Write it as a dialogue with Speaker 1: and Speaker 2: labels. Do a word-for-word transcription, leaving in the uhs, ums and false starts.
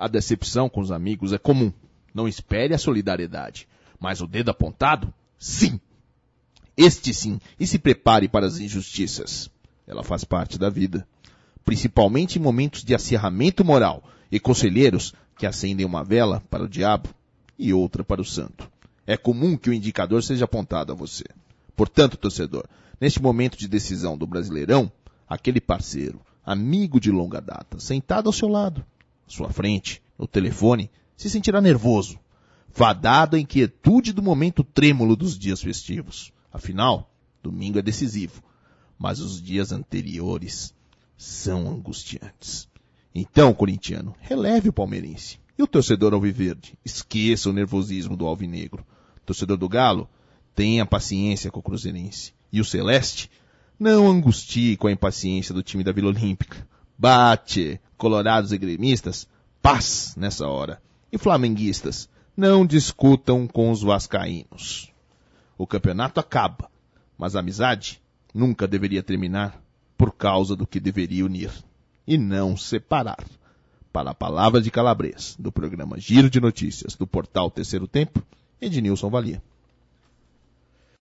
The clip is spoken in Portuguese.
Speaker 1: A decepção com os amigos é comum. Não espere a solidariedade. Mas o dedo apontado, sim. Este sim. E se prepare para as injustiças. Ela faz parte da vida. Principalmente em momentos de acirramento moral e conselheiros que acendem uma vela para o diabo e outra para o santo. É comum que o indicador seja apontado a você. Portanto, torcedor, neste momento de decisão do Brasileirão, aquele parceiro, amigo de longa data, sentado ao seu lado, à sua frente, no telefone, se sentirá nervoso, fadado à inquietude do momento trêmulo dos dias festivos. Afinal, domingo é decisivo, mas os dias anteriores são angustiantes. Então, corintiano, releve o palmeirense. E o torcedor alviverde? Esqueça o nervosismo do alvinegro. Torcedor do Galo, tenha paciência com o cruzeirense. E o celeste? Não angustie com a impaciência do time da Vila Olímpica. Bate, colorados e gremistas, paz nessa hora. E flamenguistas, não discutam com os vascaínos. O campeonato acaba, mas a amizade nunca deveria terminar por causa do que deveria unir e não separar. Para a palavra de Calabres, do programa Giro de Notícias do portal Terceiro Tempo, Ednilson Valia.